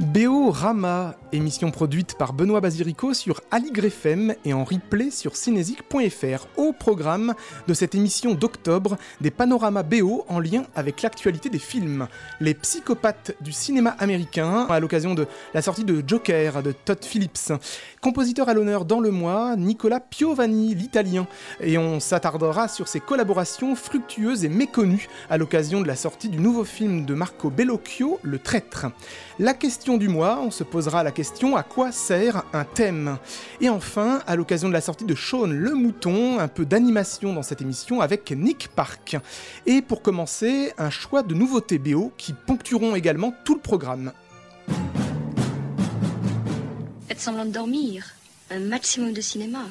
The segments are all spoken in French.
Béorama, émission produite par Benoît Basirico sur Aligre FM et en replay sur cinésique.fr. Au programme de cette émission d'octobre, des panoramas BO en lien avec l'actualité des films. Les psychopathes du cinéma américain, à l'occasion de la sortie de Joker de Todd Phillips. Compositeur à l'honneur dans le mois, Nicola Piovani, l'italien. Et on s'attardera sur ses collaborations fructueuses et méconnues à l'occasion de la sortie du nouveau film de Marco Bellocchio, Le Traître. La question du mois, on se posera la question: à quoi sert un thème? Et enfin, à l'occasion de la sortie de Shaun le Mouton, un peu d'animation dans cette émission avec Nick Park. Et pour commencer, un choix de nouveautés BO qui ponctueront également tout le programme. Faites semblant de dormir, un maximum de cinéma.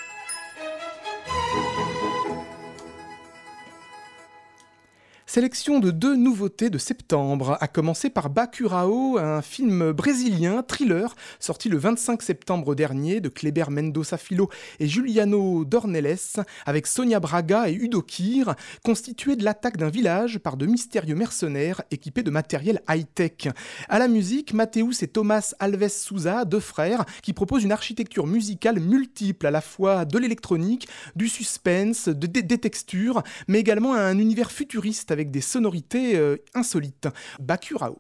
Sélection de 2 nouveautés de septembre, à commencer par Bacurau, un film brésilien, thriller, sorti le 25 septembre dernier de Kleber Mendonça Filho et Juliano Dornelles, avec Sonia Braga et Udo Kier, constitué de l'attaque d'un village par de mystérieux mercenaires équipés de matériel high-tech. À la musique, Mateus et Thomas Alves Souza, 2 frères, qui proposent une architecture musicale multiple, à la fois de l'électronique, du suspense, des textures, mais également un univers futuriste avec des sonorités insolites. Bacurau.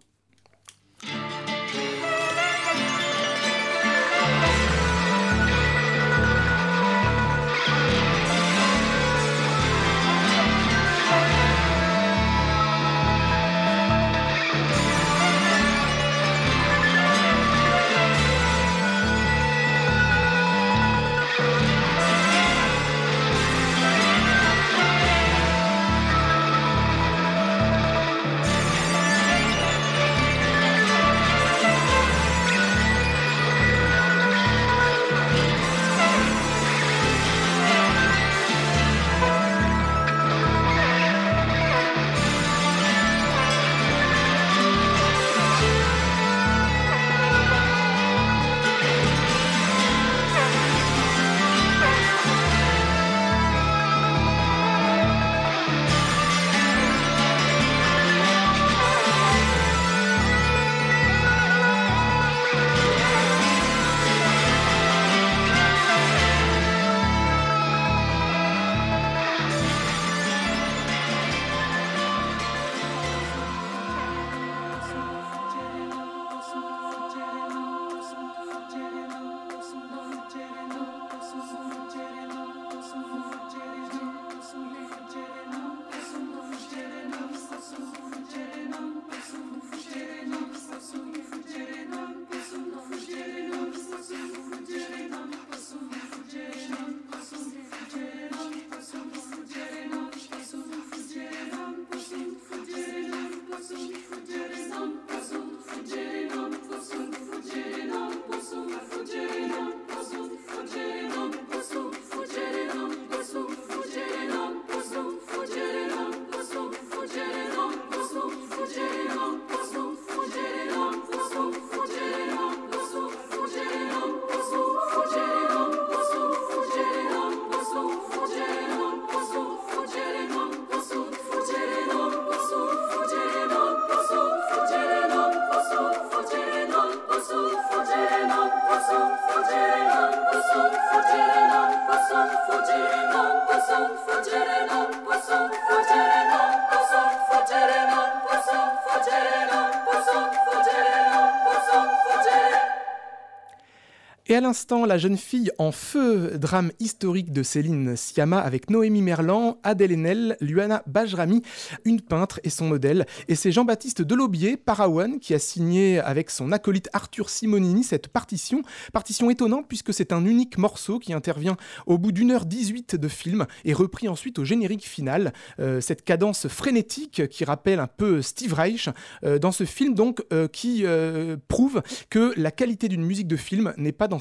Et à l'instant, La jeune fille en feu, drame historique de Céline Sciamma avec Noémie Merlan, Adèle Haenel, Luana Bajrami, une peintre et son modèle. Et c'est Jean-Baptiste Delobier, Parawan, qui a signé avec son acolyte Arthur Simonini cette partition. Partition étonnante puisque c'est un unique morceau qui intervient au bout d'1h18 de film et repris ensuite au générique final. Cette cadence frénétique qui rappelle un peu Steve Reich dans ce film donc qui prouve que la qualité d'une musique de film n'est pas dans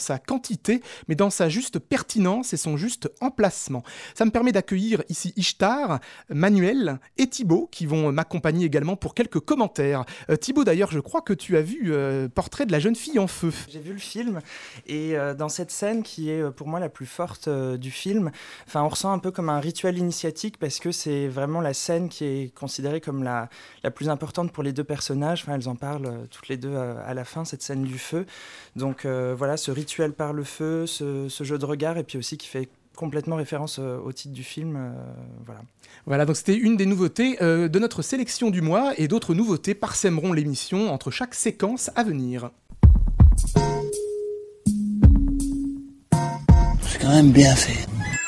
sa quantité, mais dans sa juste pertinence et son juste emplacement. Ça me permet d'accueillir ici Ishtar, Manuel et Thibaut, qui vont m'accompagner également pour quelques commentaires. Thibaut, d'ailleurs, je crois que tu as vu Portrait de la jeune fille en feu. J'ai vu le film, et dans cette scène qui est pour moi la plus forte du film, on ressent un peu comme un rituel initiatique, parce que c'est vraiment la scène qui est considérée comme la plus importante pour les deux personnages. Elles en parlent toutes les deux à la fin, cette scène du feu. Donc voilà, ce rituel par le feu, ce jeu de regard, et puis aussi qui fait complètement référence au titre du film. Voilà, donc c'était une des nouveautés de notre sélection du mois, et d'autres nouveautés parsèmeront l'émission entre chaque séquence à venir. C'est quand même bien fait.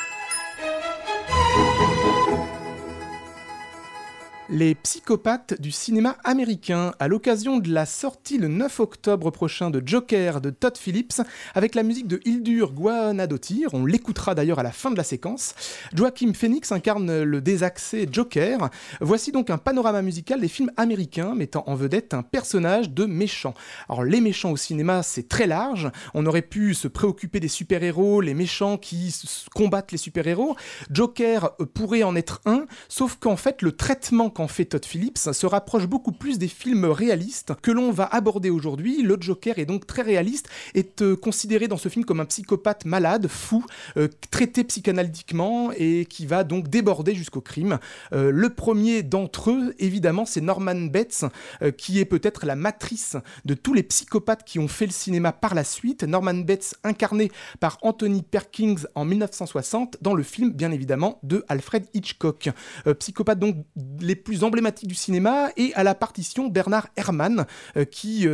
Les psychopathes du cinéma américain, à l'occasion de la sortie le 9 octobre prochain de Joker de Todd Phillips, avec la musique de Hildur Guðnadóttir, on l'écoutera d'ailleurs à la fin de la séquence. Joaquin Phoenix incarne le désaxé Joker. Voici donc un panorama musical des films américains mettant en vedette un personnage de méchant. Alors les méchants au cinéma, c'est très large. On aurait pu se préoccuper des super-héros, les méchants qui combattent les super-héros. Joker pourrait en être un, sauf qu'en fait le traitement qu'en fait Todd Phillips se rapproche beaucoup plus des films réalistes que l'on va aborder aujourd'hui. Le Joker est donc très réaliste, est considéré dans ce film comme un psychopathe malade, fou, traité psychanalytiquement et qui va donc déborder jusqu'au crime. Le premier d'entre eux, évidemment, c'est Norman Bates, qui est peut-être la matrice de tous les psychopathes qui ont fait le cinéma par la suite. Norman Bates incarné par Anthony Perkins en 1960 dans le film, bien évidemment, de Alfred Hitchcock. Psychopathe donc les plus emblématiques du cinéma, et à la partition Bernard Herrmann, qui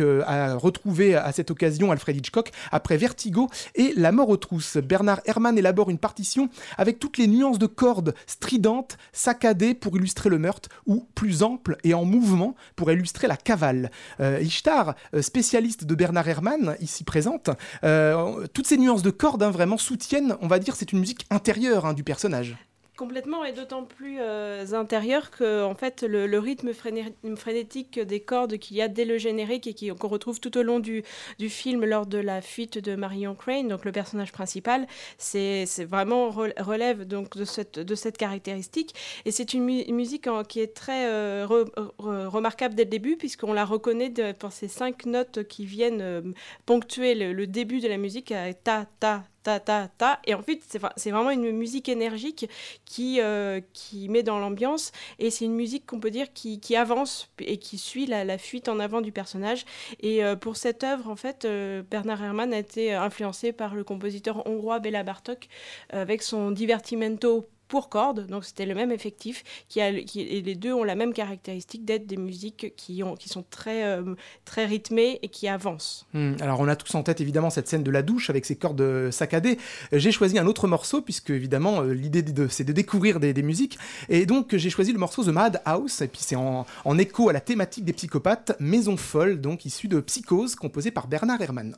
a retrouvé à cette occasion Alfred Hitchcock après Vertigo et La mort aux trousses. Bernard Herrmann élabore une partition avec toutes les nuances de cordes stridentes, saccadées pour illustrer le meurtre, ou plus amples et en mouvement pour illustrer la cavale. Ishtar, spécialiste de Bernard Herrmann, ici présente, toutes ces nuances de cordes vraiment soutiennent, on va dire, c'est une musique intérieure du personnage. Complètement, et d'autant plus intérieur que en fait, le rythme frénétique des cordes qu'il y a dès le générique et qu'on retrouve tout au long du film lors de la fuite de Marion Crane, donc le personnage principal, c'est vraiment relève donc de cette caractéristique. Et c'est une musique qui est très remarquable dès le début, puisqu'on la reconnaît pour ces 5 notes qui viennent ponctuer le début de la musique, ta ta ta ta ta, et en fait c'est vraiment une musique énergique qui met dans l'ambiance, et c'est une musique qu'on peut dire qui avance et qui suit la fuite en avant du personnage. Et pour cette œuvre, en fait, Bernard Herrmann a été influencé par le compositeur hongrois Béla Bartók avec son Divertimento pour cordes, donc c'était le même effectif, et les deux ont la même caractéristique d'être des musiques qui sont très, très rythmées et qui avancent. Alors on a tous en tête évidemment cette scène de la douche avec ses cordes saccadées. J'ai choisi un autre morceau, puisque évidemment l'idée c'est de découvrir des musiques, et donc j'ai choisi le morceau The Madhouse, et puis c'est en écho à la thématique des psychopathes, Maison folle, donc issue de Psychose, composée par Bernard Herrmann.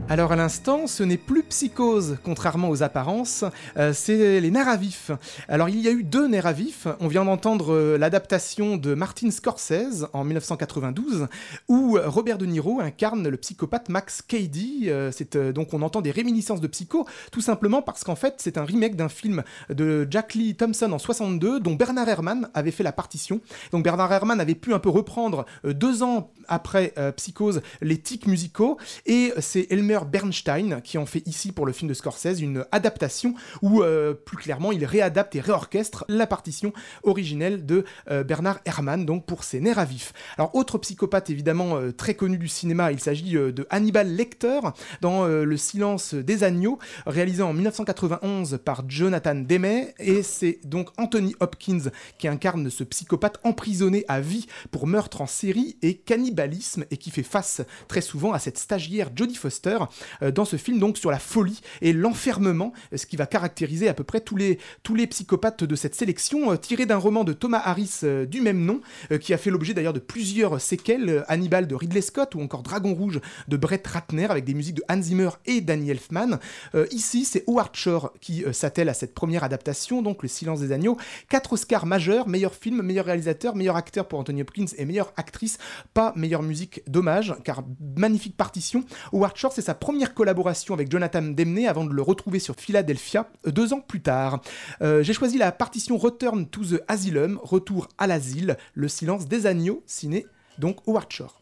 Alors à l'instant, ce n'est plus Psychose, contrairement aux apparences, c'est les nerfs à vif. Alors il y a eu 2 nerfs à vif, on vient d'entendre l'adaptation de Martin Scorsese en 1992, où Robert De Niro incarne le psychopathe Max Cady. Donc on entend des réminiscences de Psycho, tout simplement parce qu'en fait c'est un remake d'un film de Jack Lee Thompson en 62, dont Bernard Herrmann avait fait la partition. Donc Bernard Herrmann avait pu un peu reprendre 2 ans après Psychose les tics musicaux, et c'est Elmer Bernstein qui en fait ici pour le film de Scorsese une adaptation où plus clairement il réadapte et réorchestre la partition originelle de Bernard Herrmann, donc pour ses nerfs à vif. Alors autre psychopathe évidemment très connu du cinéma, il s'agit de Hannibal Lecter dans Le Silence des Agneaux, réalisé en 1991 par Jonathan Demme, et c'est donc Anthony Hopkins qui incarne ce psychopathe emprisonné à vie pour meurtre en série et cannibalisme, et qui fait face très souvent à cette stagiaire Jodie Foster dans ce film, donc sur la folie et l'enfermement, ce qui va caractériser à peu près tous les psychopathes de cette sélection, tiré d'un roman de Thomas Harris du même nom, qui a fait l'objet d'ailleurs de plusieurs séquelles, Hannibal de Ridley Scott ou encore Dragon Rouge de Brett Ratner avec des musiques de Hans Zimmer et Danny Elfman. Ici, c'est Howard Shore qui s'attelle à cette première adaptation, donc Le Silence des Agneaux. 4 Oscars majeurs, meilleur film, meilleur réalisateur, meilleur acteur pour Anthony Hopkins et meilleure actrice, pas meilleure musique, dommage, car magnifique partition. Howard Shore, c'est sa première collaboration avec Jonathan Demme avant de le retrouver sur Philadelphia 2 ans plus tard. J'ai choisi la partition Return to the Asylum, Retour à l'asile, Le Silence des Agneaux, ciné donc Howard Shore.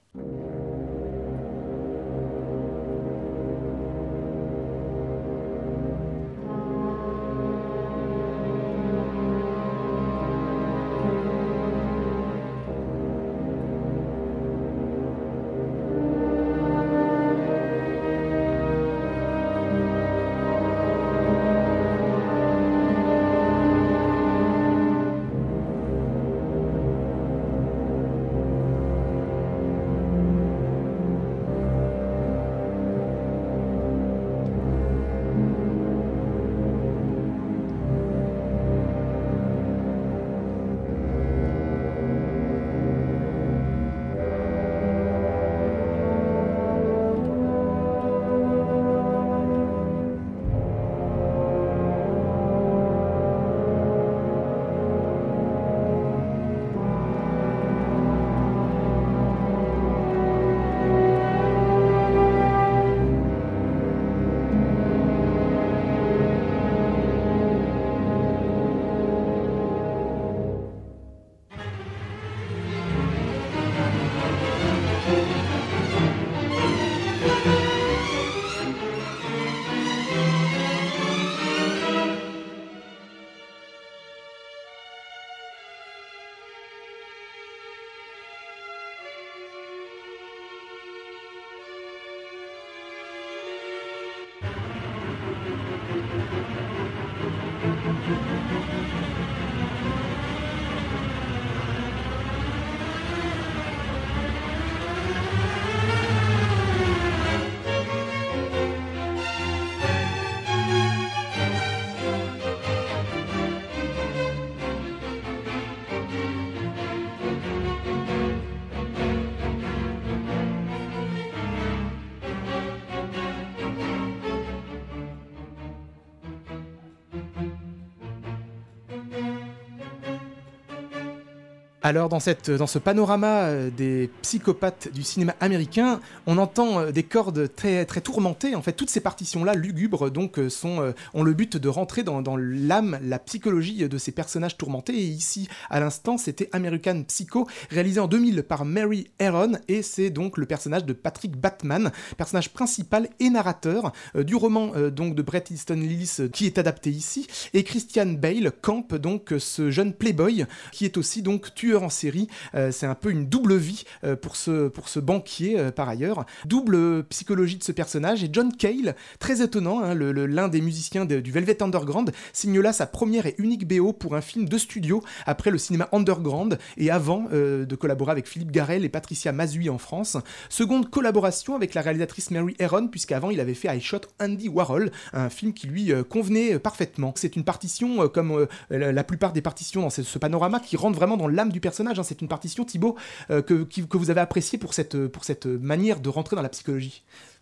Alors dans ce panorama des psychopathes du cinéma américain, on entend des cordes très, très tourmentées. En fait, toutes ces partitions-là, lugubres, donc, ont le but de rentrer dans l'âme, la psychologie de ces personnages tourmentés. Et ici, à l'instant, c'était American Psycho, réalisé en 2000 par Mary Harron, et c'est donc le personnage de Patrick Bateman, personnage principal et narrateur du roman donc de Bret Easton Ellis qui est adapté ici, et Christian Bale campe donc ce jeune playboy qui est aussi donc tueur en série. C'est un peu une double vie pour ce banquier par ailleurs. Double psychologie de ce personnage, et John Cale, très étonnant, hein, l'un des musiciens du Velvet Underground, signe là sa première et unique BO pour un film de studio après le cinéma underground et avant de collaborer avec Philippe Garrel et Patricia Mazui en France. Seconde collaboration avec la réalisatrice Mary Harron, puisqu'avant il avait fait I Shot Andy Warhol, un film qui lui convenait parfaitement. C'est une partition comme la plupart des partitions dans ce panorama qui rentre vraiment dans l'âme du personnage. Hein. C'est une partition, Thibaut, que vous avez appréciée pour cette manière de rentrer dans la psychologie.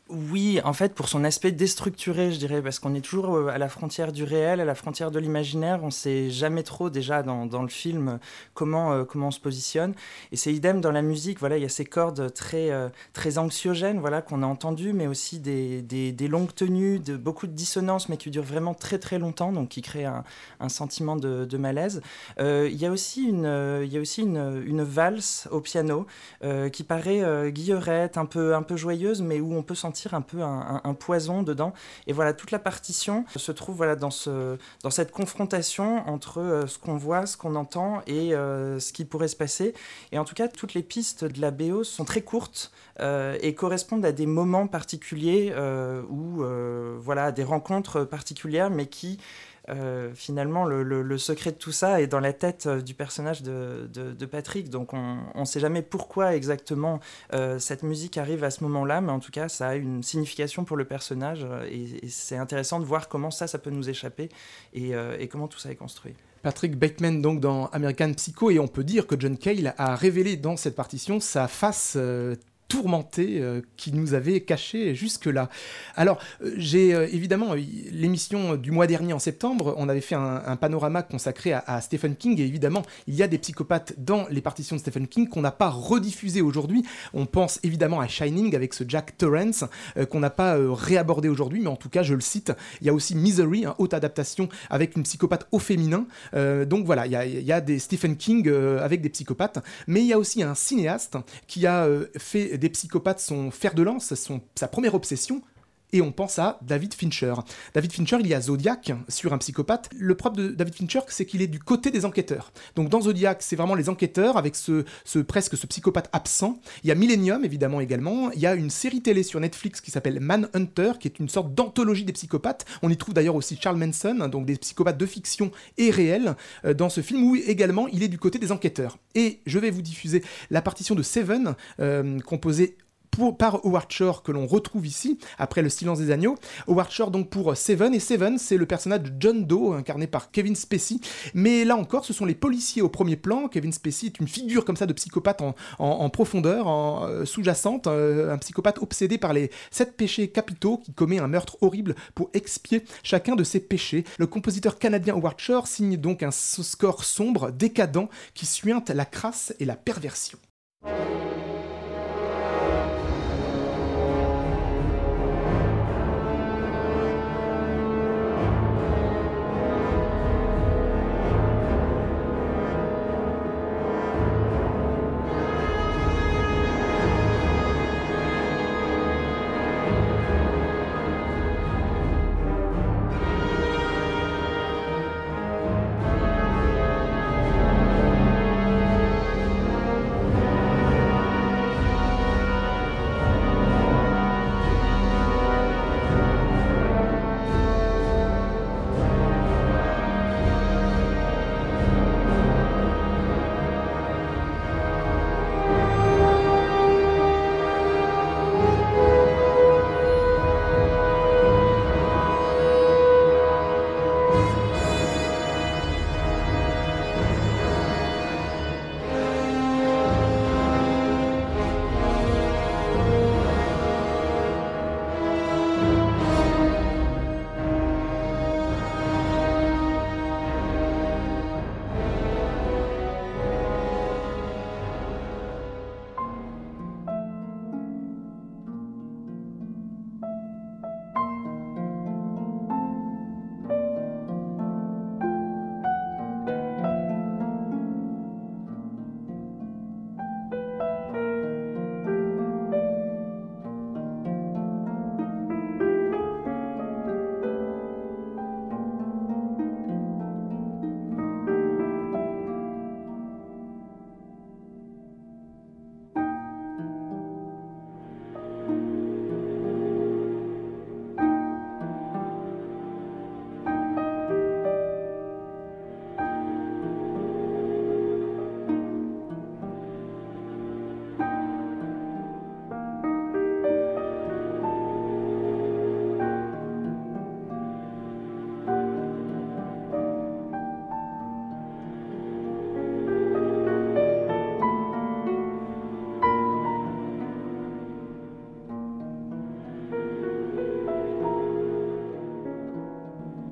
Oui, en fait, pour son aspect déstructuré, je dirais, parce qu'on est toujours à la frontière du réel, à la frontière de l'imaginaire. On ne sait jamais trop, déjà, dans le film, comment on se positionne. Et c'est idem dans la musique. Voilà, il y a ces cordes très anxiogènes, voilà, qu'on a entendues, mais aussi des longues tenues, beaucoup de dissonances, mais qui durent vraiment très, très longtemps, donc qui créent un sentiment de malaise. Il y a aussi une valse au piano qui paraît guillerette, un peu joyeuse, mais où on peut sentir un peu un poison dedans. Et voilà, toute la partition se trouve voilà, dans cette confrontation entre ce qu'on voit, ce qu'on entend et ce qui pourrait se passer. Et en tout cas, toutes les pistes de la BO sont très courtes et correspondent à des moments particuliers ou voilà, à des rencontres particulières, mais qui finalement, le secret de tout ça est dans la tête du personnage de Patrick. Donc, on ne sait jamais pourquoi exactement cette musique arrive à ce moment-là, mais en tout cas, ça a une signification pour le personnage. Et c'est intéressant de voir comment ça peut nous échapper et comment tout ça est construit. Patrick Bateman donc dans American Psycho, et on peut dire que John Cale a révélé dans cette partition sa face tourmenté qui nous avait caché jusque-là. Alors, j'ai évidemment, l'émission du mois dernier en septembre, on avait fait un panorama consacré à Stephen King, et évidemment, il y a des psychopathes dans les partitions de Stephen King qu'on n'a pas rediffusées aujourd'hui. On pense évidemment à Shining avec ce Jack Torrance qu'on n'a pas réabordé aujourd'hui, mais en tout cas, je le cite, il y a aussi Misery, haute adaptation avec une psychopathe au féminin. Donc voilà, il y a des Stephen King avec des psychopathes, mais il y a aussi un cinéaste qui a fait des psychopathes son fer de lance, sa première obsession, et on pense à David Fincher. David Fincher, il y a Zodiac sur un psychopathe. Le propre de David Fincher, c'est qu'il est du côté des enquêteurs. Donc dans Zodiac, c'est vraiment les enquêteurs avec ce psychopathe absent. Il y a Millennium, évidemment, également. Il y a une série télé sur Netflix qui s'appelle Manhunter, qui est une sorte d'anthologie des psychopathes. On y trouve d'ailleurs aussi Charles Manson, donc des psychopathes de fiction et réels, dans ce film où également il est du côté des enquêteurs. Et je vais vous diffuser la partition de Seven, composée par Howard Shore, que l'on retrouve ici, après Le Silence des Agneaux. Howard Shore donc pour Seven, et Seven, c'est le personnage de John Doe, incarné par Kevin Spacey. Mais là encore, ce sont les policiers au premier plan. Kevin Spacey est une figure comme ça de psychopathe en profondeur, sous-jacente, un psychopathe obsédé par les 7 péchés capitaux, qui commet un meurtre horrible pour expier chacun de ses péchés. Le compositeur canadien Howard Shore signe donc un score sombre, décadent, qui suinte la crasse et la perversion.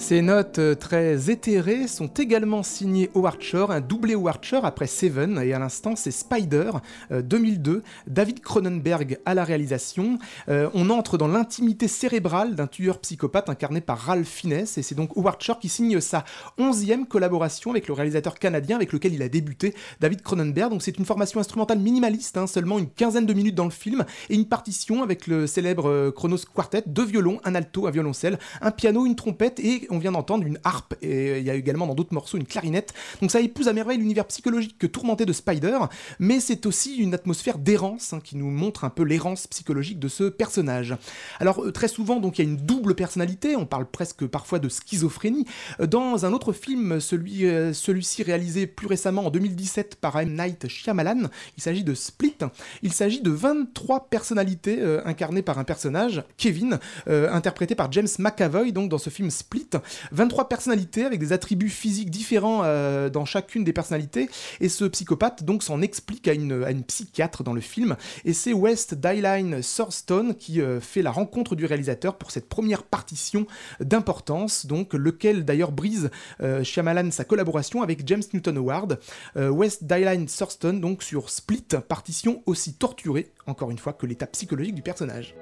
Ces notes très éthérées sont également signées Howard Shore, un doublé Howard Shore après Seven, et à l'instant c'est Spider, 2002, David Cronenberg à la réalisation. On entre dans l'intimité cérébrale d'un tueur psychopathe incarné par Ralph Fiennes, et c'est donc Howard Shore qui signe sa 11e collaboration avec le réalisateur canadien avec lequel il a débuté, David Cronenberg. Donc c'est une formation instrumentale minimaliste, seulement une quinzaine de minutes dans le film, et une partition avec le célèbre Kronos Quartet, 2 violons, un alto, un violoncelle, un piano, une trompette, et on vient d'entendre une harpe, et il y a également dans d'autres morceaux une clarinette. Donc ça épouse à merveille l'univers psychologique tourmenté de Spider, mais c'est aussi une atmosphère d'errance qui nous montre un peu l'errance psychologique de ce personnage. Alors très souvent, donc il y a une double personnalité, on parle presque parfois de schizophrénie. Dans un autre film, celui-ci réalisé plus récemment en 2017 par M. Night Shyamalan, il s'agit de Split. Il s'agit de 23 personnalités incarnées par un personnage, Kevin, interprété par James McAvoy, donc dans ce film Split. 23 personnalités avec des attributs physiques différents dans chacune des personnalités, et ce psychopathe donc s'en explique à une psychiatre dans le film, et c'est West Dylan Thurston qui fait la rencontre du réalisateur pour cette première partition d'importance, donc lequel d'ailleurs brise Shyamalan sa collaboration avec James Newton Howard. West Dylan Thurston donc sur Split, partition aussi torturée encore une fois que l'état psychologique du personnage.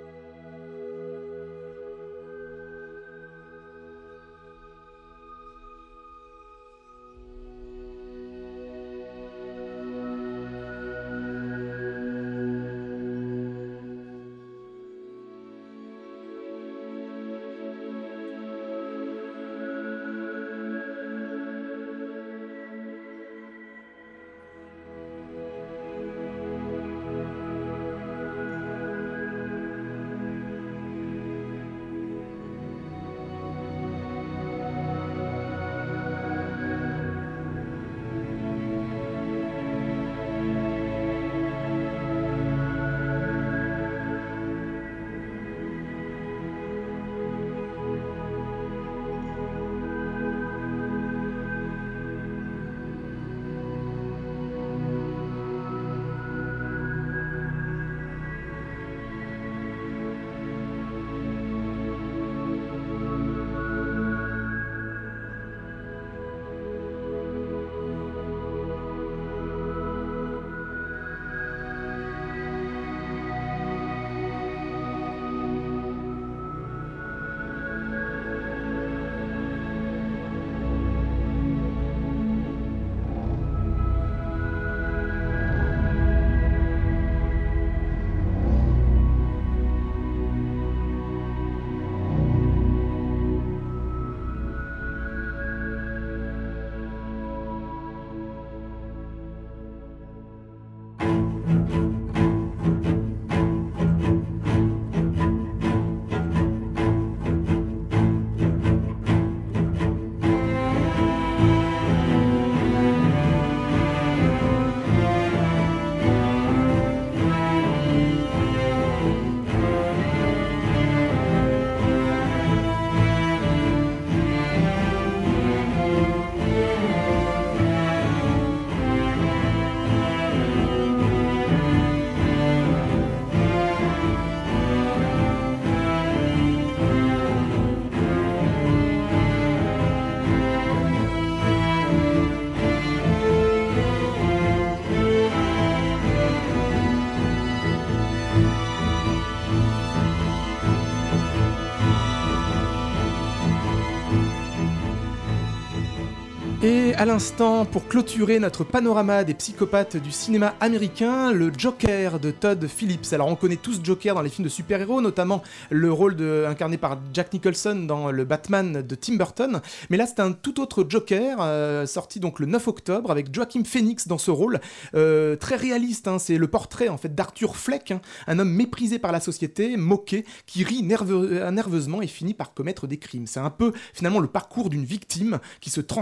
Et à l'instant, pour clôturer notre panorama des psychopathes du cinéma américain, le Joker de Todd Phillips. Alors on connaît tous Joker dans les films de super-héros, notamment le rôle incarné par Jack Nicholson dans le Batman de Tim Burton. Mais là c'est un tout autre Joker, sorti donc le 9 octobre, avec Joaquin Phoenix dans ce rôle, très réaliste, c'est le portrait en fait d'Arthur Fleck, un homme méprisé par la société, moqué, qui rit nerveusement et finit par commettre des crimes. C'est un peu finalement le parcours d'une victime qui se transforme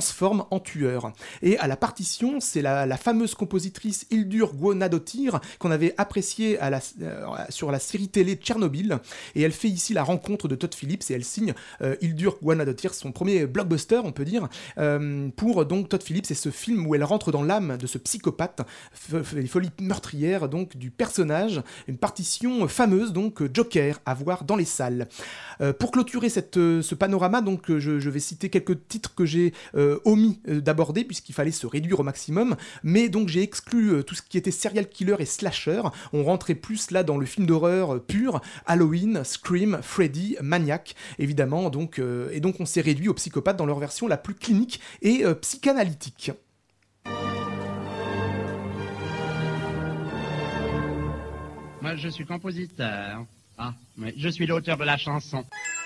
en tueur. Et à la partition, c'est la fameuse compositrice Hildur Guðnadóttir qu'on avait appréciée sur la série télé Tchernobyl, et elle fait ici la rencontre de Todd Phillips et elle signe Hildur Guðnadóttir, son premier blockbuster, on peut dire, pour donc Todd Phillips et ce film où elle rentre dans l'âme de ce psychopathe, les folies meurtrières donc du personnage, une partition fameuse donc Joker à voir dans les salles. Pour clôturer ce panorama, donc je vais citer quelques titres que j'ai omis d'aborder puisqu'il fallait se réduire au maximum, mais donc j'ai exclu tout ce qui était serial killer et slasher. On rentrait plus là dans le film d'horreur pur, Halloween, Scream, Freddy, Maniac, évidemment, donc, et donc on s'est réduit aux psychopathes dans leur version la plus clinique et psychanalytique. Moi, je suis compositeur. Ah, oui, je suis l'auteur de la chanson.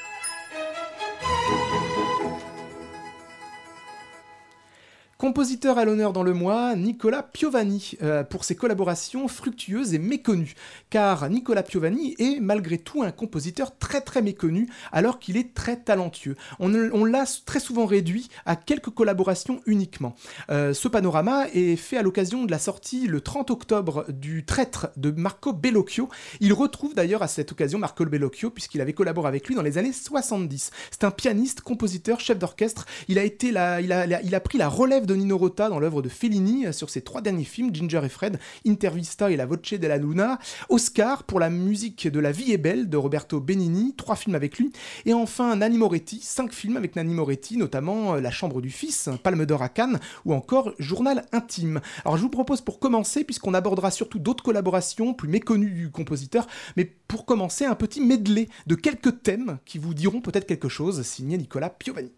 Compositeur à l'honneur dans le mois, Nicola Piovani, pour ses collaborations fructueuses et méconnues. Car Nicola Piovani est malgré tout un compositeur très très méconnu, alors qu'il est très talentueux. On l'a très souvent réduit à quelques collaborations uniquement. Ce panorama est fait à l'occasion de la sortie le 30 octobre du Traître de Marco Bellocchio. Il retrouve d'ailleurs à cette occasion Marco Bellocchio, puisqu'il avait collaboré avec lui dans les années 70. C'est un pianiste, compositeur, chef d'orchestre. Il a pris la relève de Nino Rota dans l'œuvre de Fellini sur ses 3 derniers films, Ginger et Fred, Intervista et La Voce della Luna, Oscar pour la musique de La vie est belle de Roberto Benigni, 3 films avec lui, et enfin Nanni Moretti, 5 films avec Nanni Moretti, notamment La Chambre du Fils, Palme d'Or à Cannes, ou encore Journal intime. Alors je vous propose pour commencer, puisqu'on abordera surtout d'autres collaborations plus méconnues du compositeur, mais pour commencer un petit medley de quelques thèmes qui vous diront peut-être quelque chose, signé Nicola Piovani.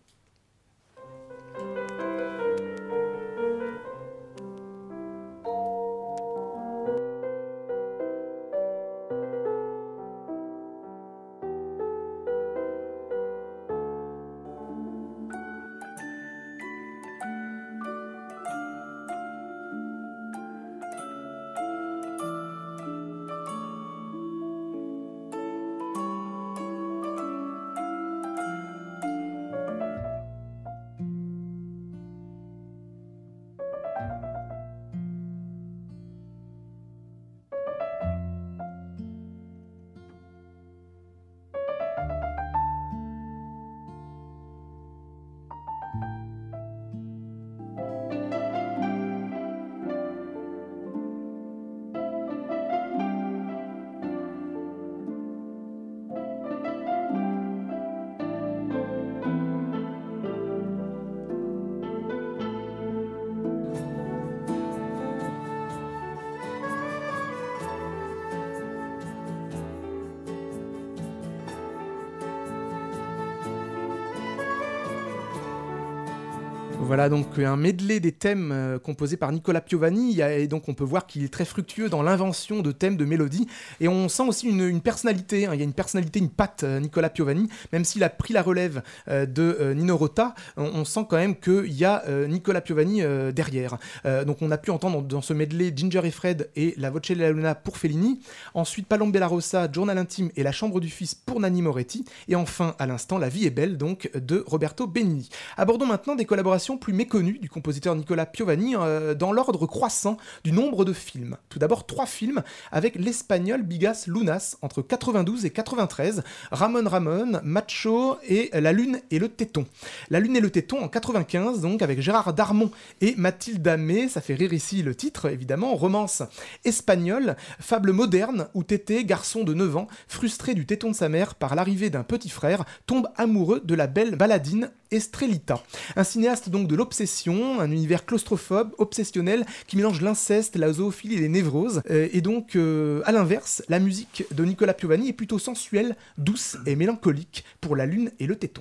Voilà donc un medley des thèmes composés par Nicola Piovani, et donc on peut voir qu'il est très fructueux dans l'invention de thèmes, de mélodies, et on sent aussi une personnalité, il y a une personnalité, une patte Nicola Piovani, même s'il a pris la relève de Nino Rota, on sent quand même qu'il y a Nicola Piovani derrière. Donc on a pu entendre dans ce medley Ginger et Fred et La Voce della Luna pour Fellini, ensuite Palombe della Rosa, Journal intime et La Chambre du Fils pour Nanni Moretti, et enfin à l'instant La vie est belle donc de Roberto Benigni. Abordons maintenant des collaborations plus méconnues du compositeur Nicola Piovani dans l'ordre croissant du nombre de films. Tout d'abord 3 films avec l'espagnol Bigas Lunas entre 92 et 93, Ramon, Macho et La Lune et le Téton. La Lune et le Téton en 95 donc avec Gérard Darmon et Mathilde Amé, ça fait rire ici le titre évidemment, romance espagnole, fable moderne où Tété, garçon de 9 ans, frustré du téton de sa mère par l'arrivée d'un petit frère, tombe amoureux de la belle baladine Estrellita. Un cinéaste donc de l'obsession, un univers claustrophobe, obsessionnel, qui mélange l'inceste, la zoophilie et les névroses. Et donc, à l'inverse, la musique de Nicola Piovani est plutôt sensuelle, douce et mélancolique pour La Lune et le Téton.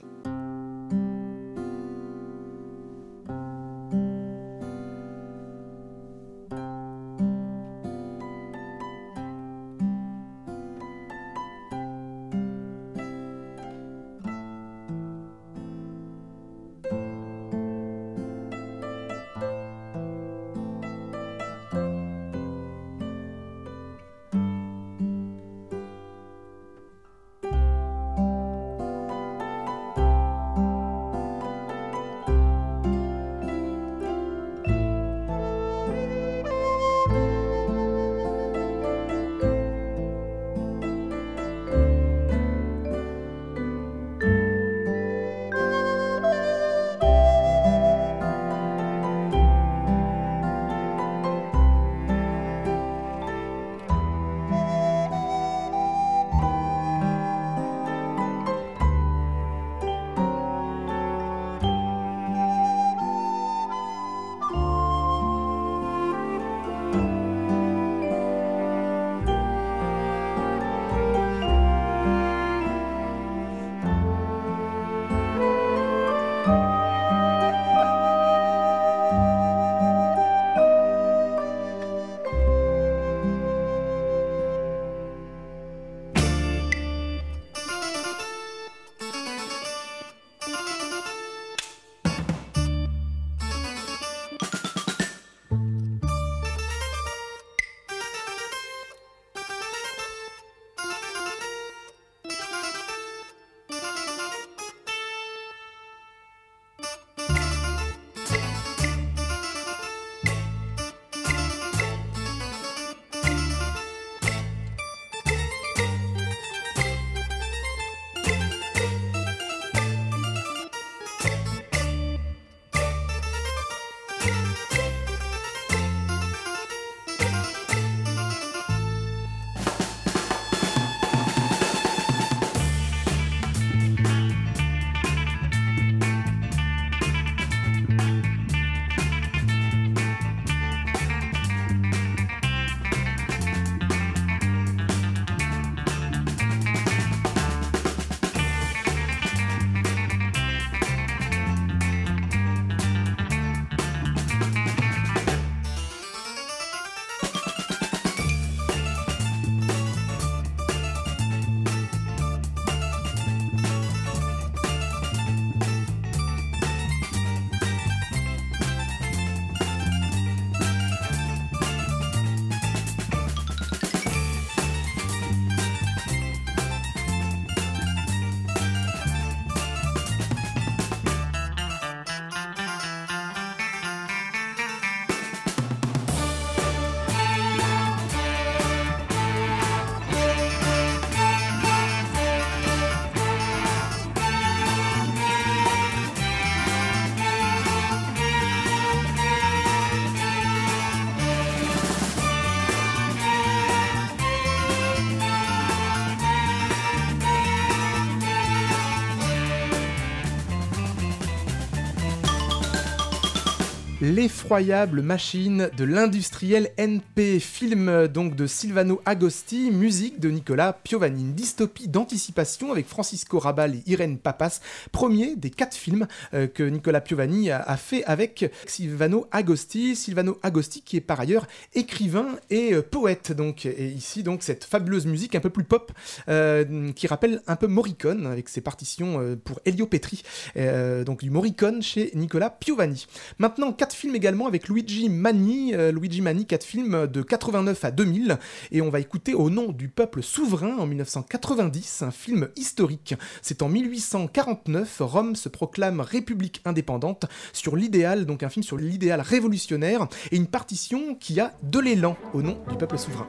L'effroyable machine de l'industriel NP, film donc de Silvano Agosti, musique de Nicola Piovani, une dystopie d'anticipation avec Francisco Rabal et Irène Papas, premier des 4 films que Nicola Piovani a fait avec Silvano Agosti qui est par ailleurs écrivain et poète, donc, et ici donc cette fabuleuse musique un peu plus pop qui rappelle un peu Morricone avec ses partitions pour Elio Petri, donc du Morricone chez Nicola Piovani. Maintenant 4 films également avec Luigi Manni, 4 films de 89 à 2000, et on va écouter Au nom du peuple souverain en 1990, un film historique. C'est en 1849, Rome se proclame république indépendante, sur l'idéal, donc un film sur l'idéal révolutionnaire, et une partition qui a de l'élan, Au nom du peuple souverain.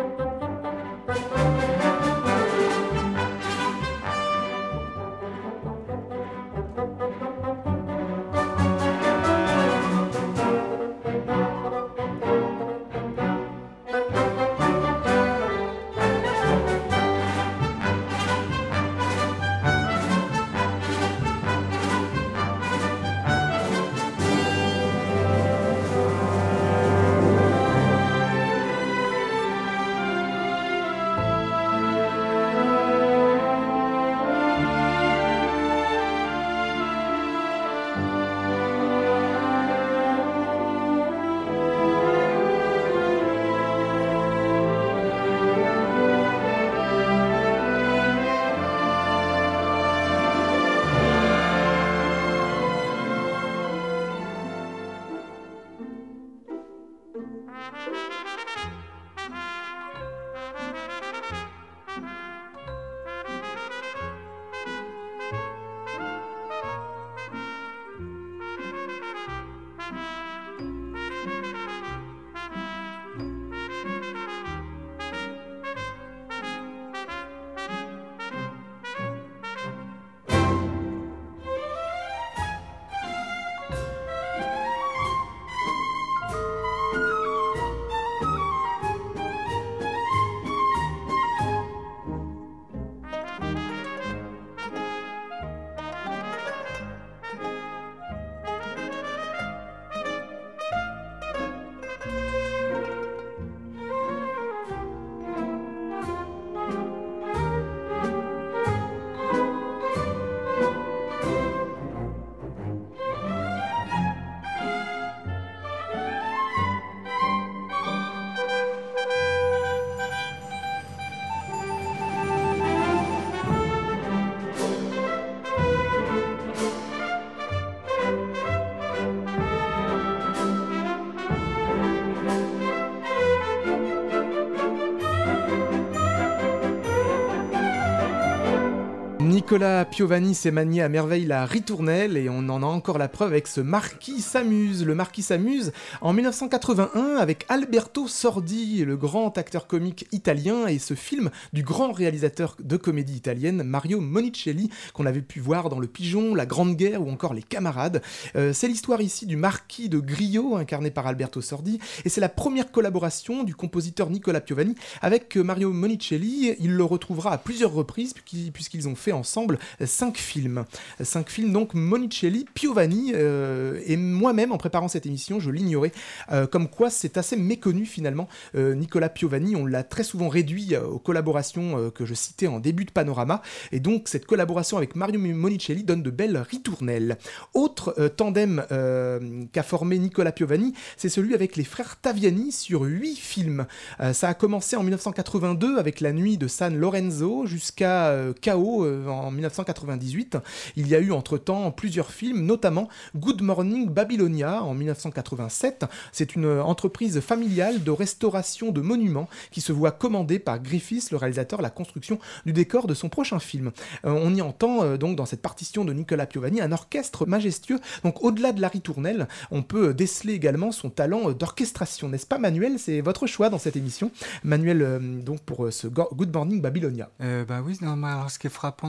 Nicola Piovani s'est manié à merveille la ritournelle et on en a encore la preuve avec ce Marquis s'amuse. Le Marquis s'amuse en 1981 avec Alberto Sordi, le grand acteur comique italien, et ce film du grand réalisateur de comédie italienne Mario Monicelli qu'on avait pu voir dans Le Pigeon, La Grande Guerre ou encore Les Camarades. C'est l'histoire ici du Marquis de Grillo incarné par Alberto Sordi et c'est la première collaboration du compositeur Nicola Piovani avec Mario Monicelli. Il le retrouvera à plusieurs reprises puisqu'ils ont fait ensemble 5 films. 5 films donc Monicelli, Piovani et moi-même en préparant cette émission je l'ignorais, comme quoi c'est assez méconnu finalement. Nicola Piovani, on l'a très souvent réduit aux collaborations que je citais en début de Panorama, et donc cette collaboration avec Mario Monicelli donne de belles ritournelles. Autre tandem qu'a formé Nicola Piovani, c'est celui avec les frères Taviani sur 8 films. Ça a commencé en 1982 avec La Nuit de San Lorenzo jusqu'à Chaos en 1998. Il y a eu entre-temps plusieurs films, notamment Good Morning Babylonia en 1987. C'est une entreprise familiale de restauration de monuments qui se voit commander par Griffiths, le réalisateur, la construction du décor de son prochain film. On y entend donc dans cette partition de Nicola Piovani un orchestre majestueux. Donc au-delà de la ritournelle, on peut déceler également son talent d'orchestration, n'est-ce pas Manuel? C'est votre choix dans cette émission. Manuel, donc pour ce Good Morning Babylonia. Oui, non, alors ce qui est frappant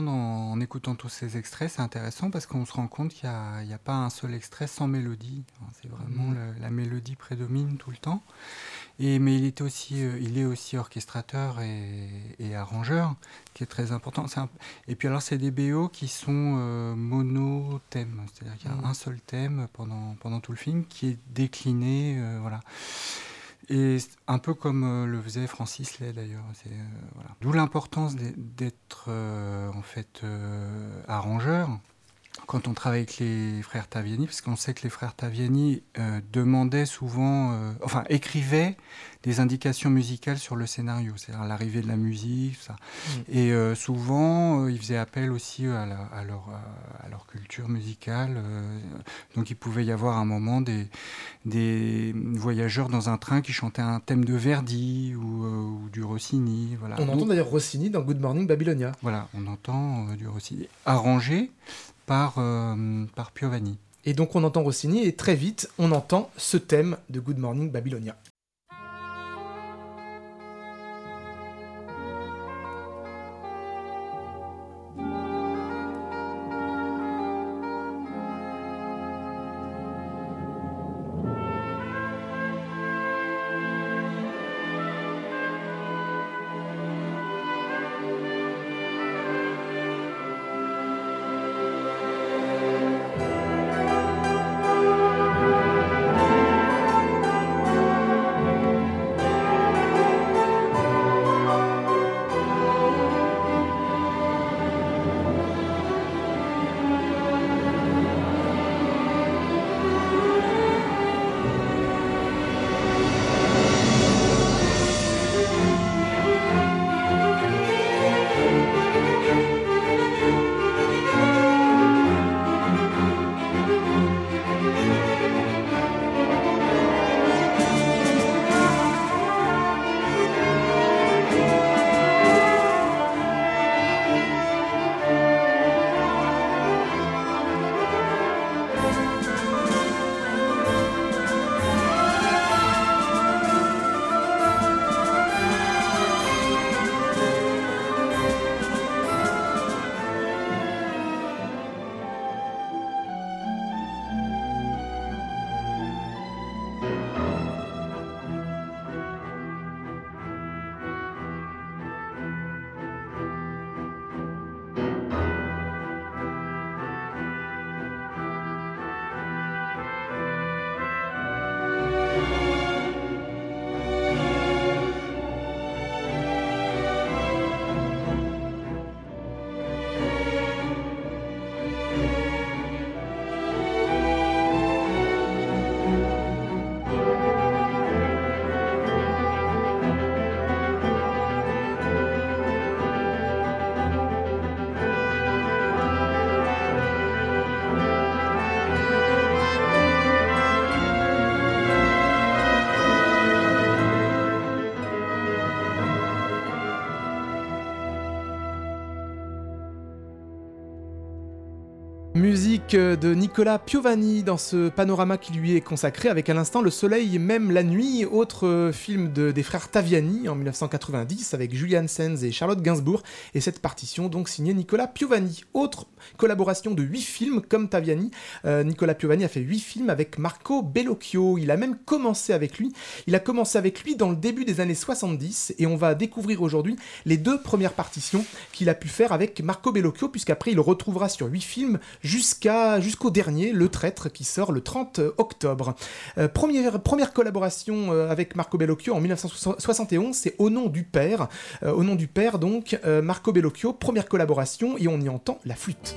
entendre en écoutant tous ces extraits, c'est intéressant parce qu'on se rend compte qu'il n'y a pas un seul extrait sans mélodie. C'est vraiment la mélodie prédomine tout le temps. Mais il est aussi orchestrateur et arrangeur, qui est très important. Et puis alors, c'est des BO qui sont mono-thèmes, c'est-à-dire qu'il y a un seul thème pendant tout le film qui est décliné, voilà. Et un peu comme le faisait Francis Lay d'ailleurs. Voilà. D'où l'importance d'être en fait arrangeur quand on travaille avec les frères Taviani, parce qu'on sait que les frères Taviani demandaient souvent, écrivaient des indications musicales sur le scénario, c'est-à-dire l'arrivée de la musique, tout ça. Et souvent, ils faisaient appel aussi à leur culture musicale. Donc il pouvait y avoir à un moment des voyageurs dans un train qui chantaient un thème de Verdi ou du Rossini. Voilà. On entend d'ailleurs Rossini dans Good Morning Babylonia. Voilà, on entend du Rossini arrangé par Piovani. Et donc on entend Rossini et très vite on entend ce thème de Good Morning Babylonia. Musique de Nicola Piovani dans ce panorama qui lui est consacré avec à l'instant Le Soleil même la nuit, autre film des frères Taviani en 1990 avec Julian Sands et Charlotte Gainsbourg, et cette partition donc signée Nicola Piovani. Autre collaboration de 8 films comme Taviani, Nicola Piovani a fait 8 films avec Marco Bellocchio, il a même commencé avec lui, dans le début des années 70 et on va découvrir aujourd'hui les 2 premières partitions qu'il a pu faire avec Marco Bellocchio, puisqu'après il le retrouvera sur 8 films jusqu'au dernier, Le Traître, qui sort le 30 octobre. Première collaboration avec Marco Bellocchio en 1971, c'est Au nom du père. Au nom du père, donc, Marco Bellocchio, première collaboration, et on y entend la flûte.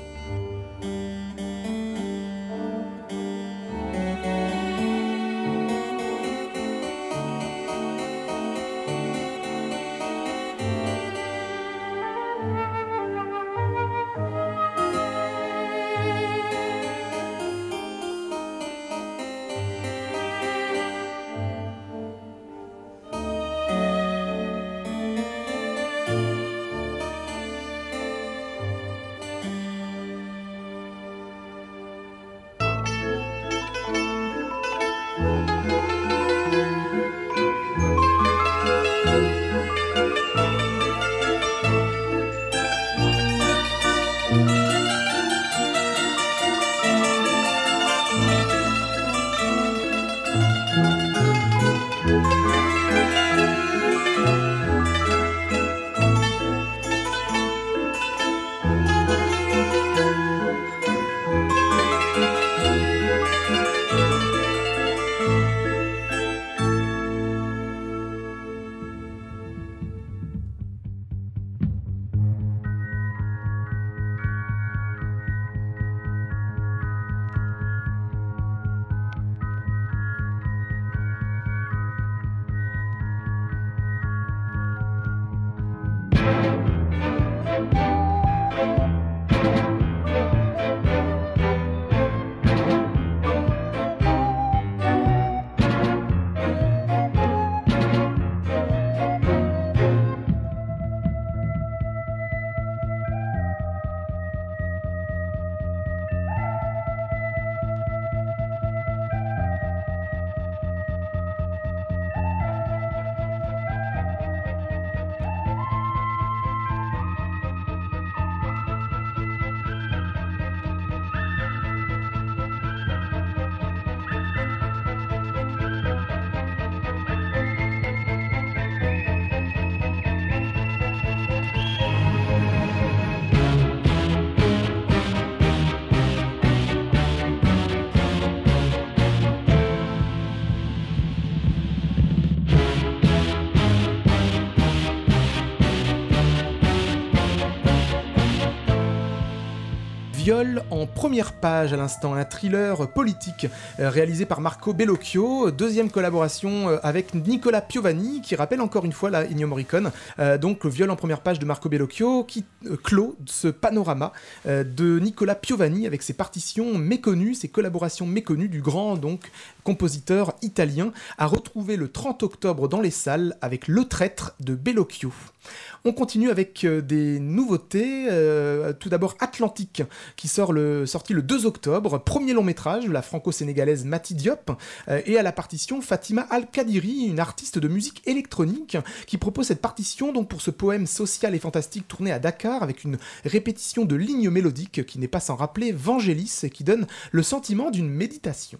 Viol en première page à l'instant, un thriller politique réalisé par Marco Bellocchio, deuxième collaboration avec Nicola Piovani, qui rappelle encore une fois la Ennio Morricone. Donc Viol en première page de Marco Bellocchio qui clôt ce panorama de Nicola Piovani avec ses partitions méconnues, ses collaborations méconnues du grand donc compositeur italien, à retrouver le 30 octobre dans les salles avec Le Traître de Bellocchio. On continue avec des nouveautés. Tout d'abord Atlantique, qui sorti le 2 octobre, premier long métrage de la franco-sénégalaise Mati Diop, et à la partition Fatima Al-Kadiri, une artiste de musique électronique, qui propose cette partition donc pour ce poème social et fantastique tourné à Dakar, avec une répétition de lignes mélodiques qui n'est pas sans rappeler Vangelis, et qui donne le sentiment d'une méditation.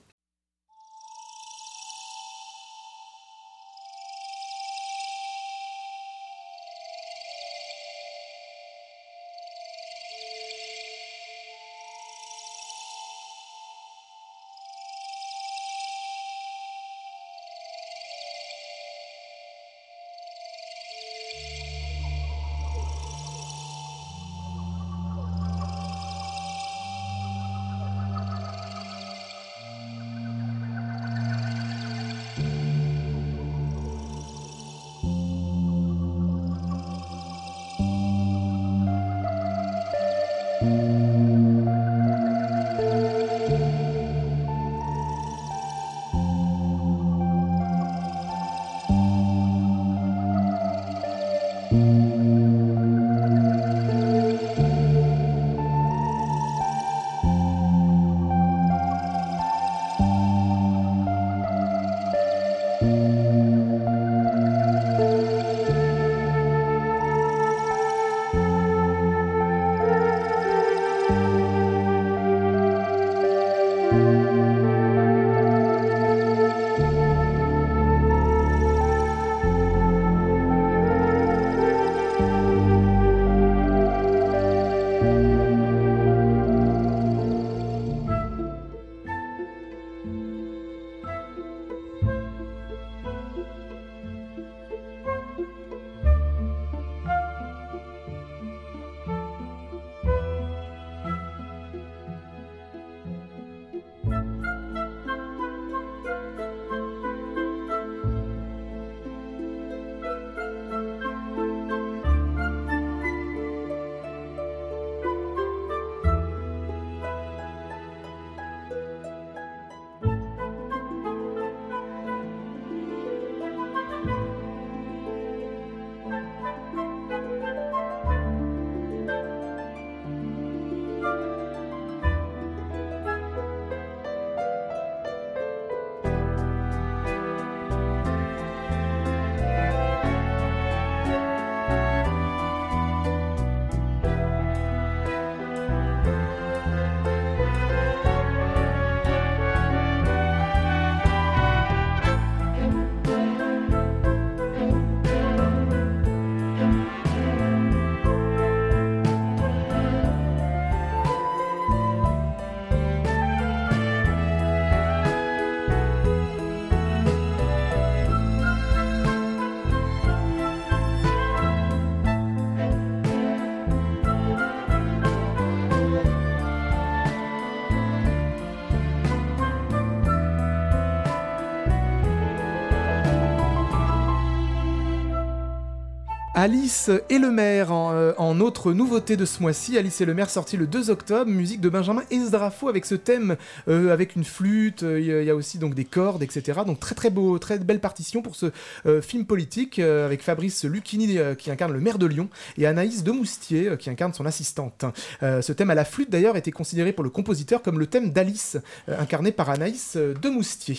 Alice et le maire en autre nouveauté de ce mois-ci. Alice et le maire sorti le 2 octobre, musique de Benjamin Ezdrafo avec ce thème avec une flûte, il y a aussi donc des cordes, etc. Donc très beau, très belle partition pour ce film politique avec Fabrice Lucchini qui incarne le maire de Lyon et Anaïs Demoustier qui incarne son assistante. Ce thème à la flûte d'ailleurs était considéré pour le compositeur comme le thème d'Alice, incarné par Anaïs Demoustier.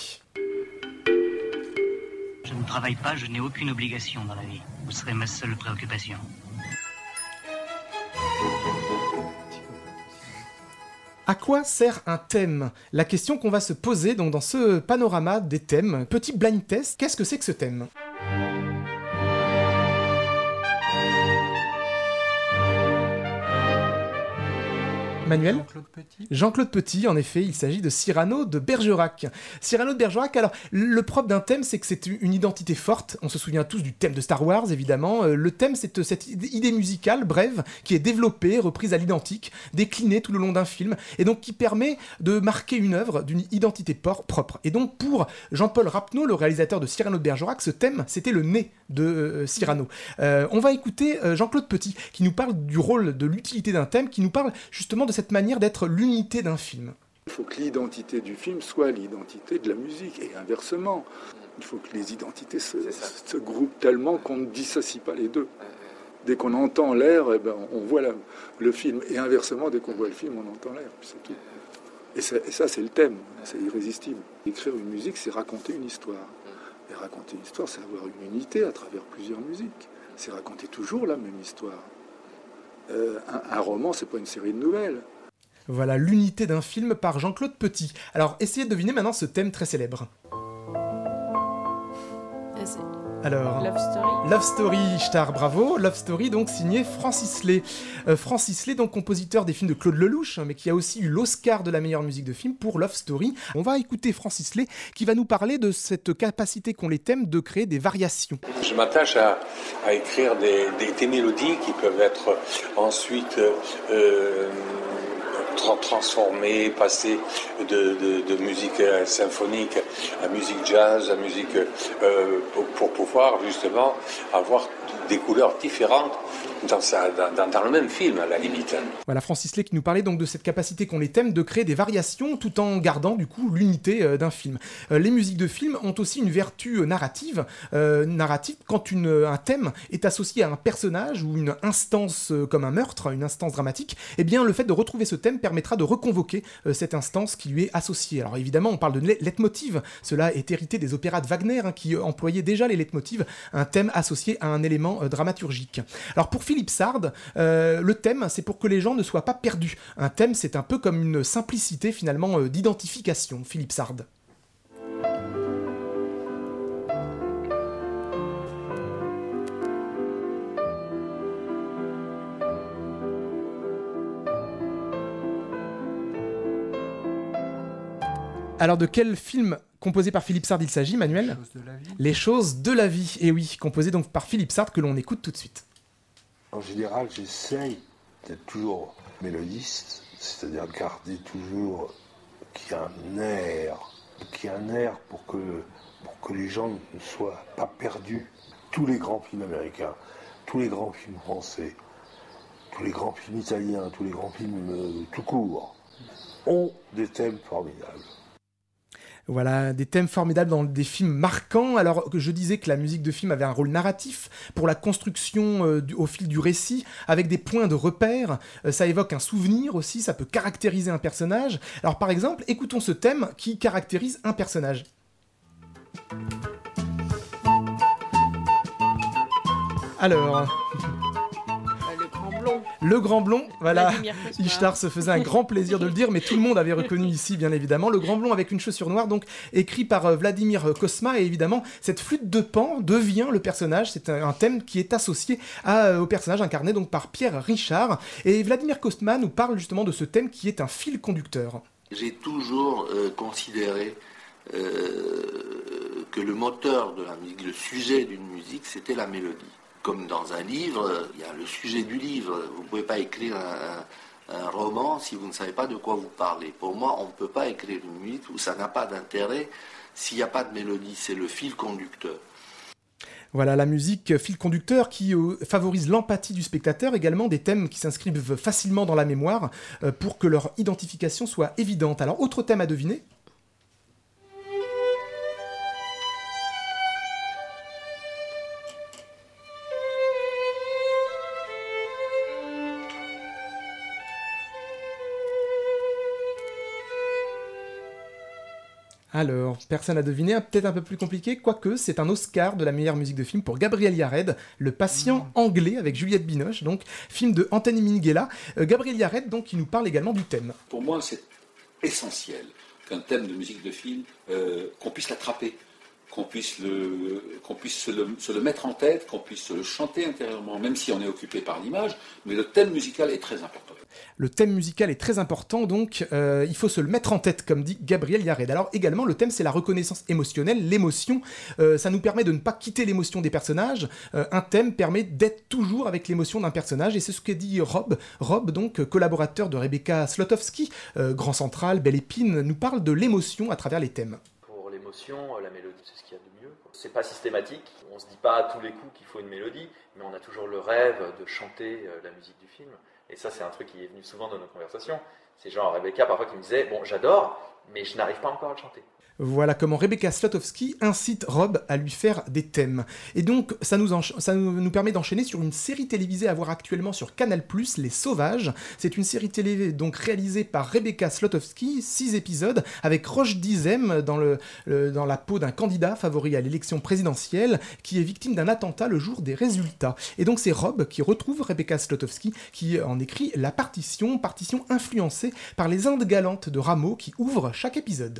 Je ne travaille pas, je n'ai aucune obligation dans la vie. Vous serez ma seule préoccupation. À quoi sert un thème ? La question qu'on va se poser donc, dans ce panorama des thèmes. Petit blind test, qu'est-ce que c'est que ce thème ? Manuel ? Jean-Claude Petit. Jean-Claude Petit, en effet, il s'agit de Cyrano de Bergerac. Cyrano de Bergerac, alors, le propre d'un thème, c'est que c'est une identité forte. On se souvient tous du thème de Star Wars, évidemment. Le thème, c'est cette idée musicale, brève, qui est développée, reprise à l'identique, déclinée tout le long d'un film, et donc qui permet de marquer une œuvre d'une identité propre. Et donc, pour Jean-Paul Rapneau, le réalisateur de Cyrano de Bergerac, ce thème, c'était le nez de Cyrano. On va écouter Jean-Claude Petit, qui nous parle du rôle, de l'utilité d'un thème, qui nous parle justement de cette manière d'être l'unité d'un film. Il faut que l'identité du film soit l'identité de la musique, et inversement. Il faut que les identités se groupent tellement qu'on ne dissocie pas les deux. Dès qu'on entend l'air, eh ben, on voit le film, et inversement, dès qu'on voit le film, on entend l'air, puis c'est tout. Et ça, c'est le thème, c'est irrésistible. Écrire une musique, c'est raconter une histoire. Et raconter une histoire, c'est avoir une unité à travers plusieurs musiques. C'est raconter toujours la même histoire. Un roman, c'est pas une série de nouvelles. Voilà, l'unité d'un film par Jean-Claude Petit. Alors, essayez de deviner maintenant ce thème très célèbre. Alors, Love Story. Love Story, Star, bravo. Love Story, donc signé Francis Lay. Francis Lay, donc compositeur des films de Claude Lelouch, mais qui a aussi eu l'Oscar de la meilleure musique de film pour Love Story. On va écouter Francis Lay, qui va nous parler de cette capacité qu'ont les thèmes de créer des variations. Je m'attache à écrire des mélodies qui peuvent être ensuite transformer, passer de musique symphonique à musique jazz, à musique pour pouvoir justement avoir des couleurs différentes dans le même film, à la limite. Voilà, Francis Lay qui nous parlait donc de cette capacité qu'ont les thèmes de créer des variations tout en gardant du coup l'unité d'un film. Les musiques de film ont aussi une vertu narrative quand un thème est associé à un personnage ou une instance comme un meurtre, une instance dramatique, eh bien le fait de retrouver ce thème permettra de reconvoquer cette instance qui lui est associée. Alors évidemment, on parle de leitmotiv, cela est hérité des opéras de Wagner qui employaient déjà les leitmotivs, un thème associé à un élément dramaturgique. Alors pour Philippe Sard, le thème, c'est pour que les gens ne soient pas perdus. Un thème, c'est un peu comme une simplicité finalement d'identification. Philippe Sard. Alors de quel film composé par Philippe Sard il s'agit, Manuel ? Les choses de la vie. Et oui, composé donc par Philippe Sard que l'on écoute tout de suite. En général, j'essaye d'être toujours mélodiste, c'est-à-dire garder toujours qu'il y a un air pour que les gens ne soient pas perdus. Tous les grands films américains, tous les grands films français, tous les grands films italiens, tous les grands films tout court, ont des thèmes formidables. Voilà, des thèmes formidables dans des films marquants, alors que je disais que la musique de film avait un rôle narratif pour la construction au fil du récit, avec des points de repère, ça évoque un souvenir aussi, ça peut caractériser un personnage. Alors par exemple, écoutons ce thème qui caractérise un personnage. Alors... Le Grand Blond, voilà, Ishtar se faisait un grand plaisir de le dire, mais tout le monde avait reconnu ici, bien évidemment. Le Grand Blond avec une chaussure noire, donc écrit par Vladimir Kosma, et évidemment, cette flûte de Pan devient le personnage, c'est un thème qui est associé au personnage incarné donc par Pierre Richard, et Vladimir Kosma nous parle justement de ce thème qui est un fil conducteur. J'ai toujours considéré que le moteur de la musique, le sujet d'une musique, c'était la mélodie. Comme dans un livre, il y a le sujet du livre. Vous ne pouvez pas écrire un roman si vous ne savez pas de quoi vous parlez. Pour moi, on ne peut pas écrire une musique où ça n'a pas d'intérêt s'il n'y a pas de mélodie. C'est le fil conducteur. Voilà, la musique fil conducteur qui favorise l'empathie du spectateur, également des thèmes qui s'inscrivent facilement dans la mémoire pour que leur identification soit évidente. Alors, autre thème à deviner ? Alors, personne n'a deviné, peut-être un peu plus compliqué, quoique c'est un Oscar de la meilleure musique de film pour Gabriel Yared, Le Patient anglais avec Juliette Binoche, donc film de Anthony Minghella. Gabriel Yared, donc, qui nous parle également du thème. Pour moi, c'est essentiel qu'un thème de musique de film, qu'on puisse l'attraper, qu'on puisse se le mettre en tête, qu'on puisse le chanter intérieurement, même si on est occupé par l'image, mais le thème musical est très important. Le thème musical est très important, donc il faut se le mettre en tête, comme dit Gabriel Yared. Alors également, le thème, c'est la reconnaissance émotionnelle, l'émotion. Ça nous permet de ne pas quitter l'émotion des personnages. Un thème permet d'être toujours avec l'émotion d'un personnage, et c'est ce que dit Rob. Rob, donc collaborateur de Rebecca Slotowski, Grand Central, Belle Épine, nous parle de l'émotion à travers les thèmes. Pour l'émotion, la mélodie, c'est ce qu'il y a de mieux. C'est pas systématique, on se dit pas à tous les coups qu'il faut une mélodie, mais on a toujours le rêve de chanter la musique du film. Et ça, c'est un truc qui est venu souvent dans nos conversations. C'est genre Rebecca parfois qui me disait « Bon, j'adore, mais je n'arrive pas encore à le chanter ». Voilà comment Rebecca Slotowski incite Rob à lui faire des thèmes. Et donc, ça nous permet d'enchaîner sur une série télévisée à voir actuellement sur Canal+, Les Sauvages. C'est une série télé donc réalisée par Rebecca Slotowski, 6 épisodes, avec Roche Dizem dans la peau d'un candidat favori à l'élection présidentielle, qui est victime d'un attentat le jour des résultats. Et donc, c'est Rob qui retrouve Rebecca Slotowski, qui en écrit la partition influencée par les Indes galantes de Rameau, qui ouvrent chaque épisode.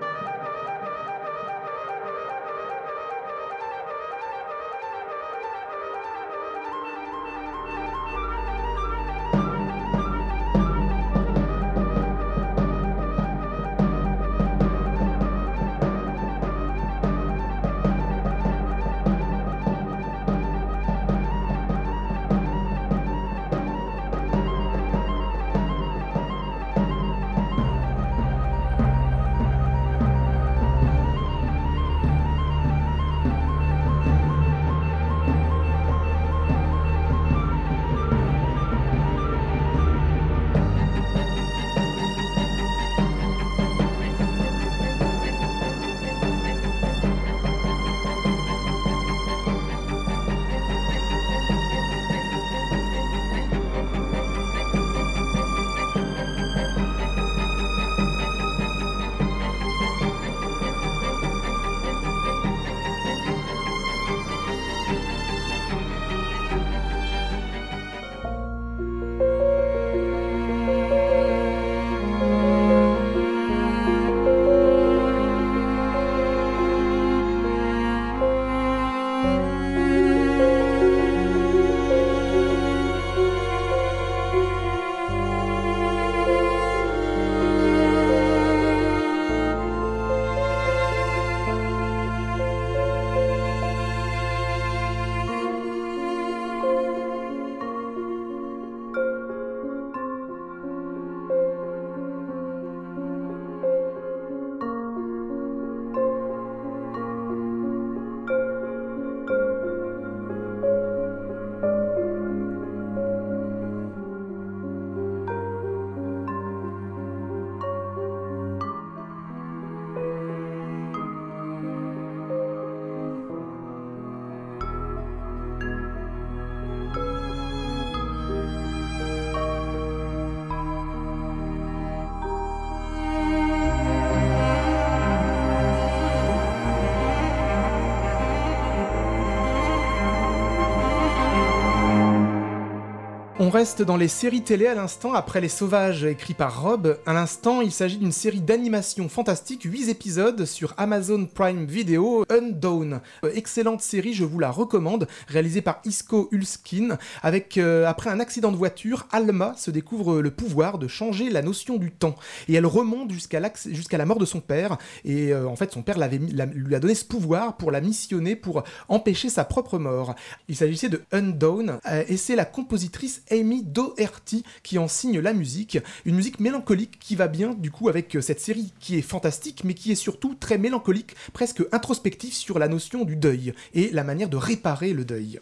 On reste dans les séries télé à l'instant, après Les Sauvages écrit par Rob. À l'instant, il s'agit d'une série d'animation fantastique, 8 épisodes sur Amazon Prime Video, Undawn. Excellente série, je vous la recommande, réalisée par Isco Ulskin. Après un accident de voiture, Alma se découvre le pouvoir de changer la notion du temps. Et elle remonte jusqu'à la mort de son père. Et en fait, son père lui a donné ce pouvoir pour la missionner, pour empêcher sa propre mort. Il s'agissait de Undawn, et c'est la compositrice Amy Doherty qui en signe la musique, une musique mélancolique qui va bien du coup avec cette série qui est fantastique mais qui est surtout très mélancolique, presque introspective sur la notion du deuil et la manière de réparer le deuil.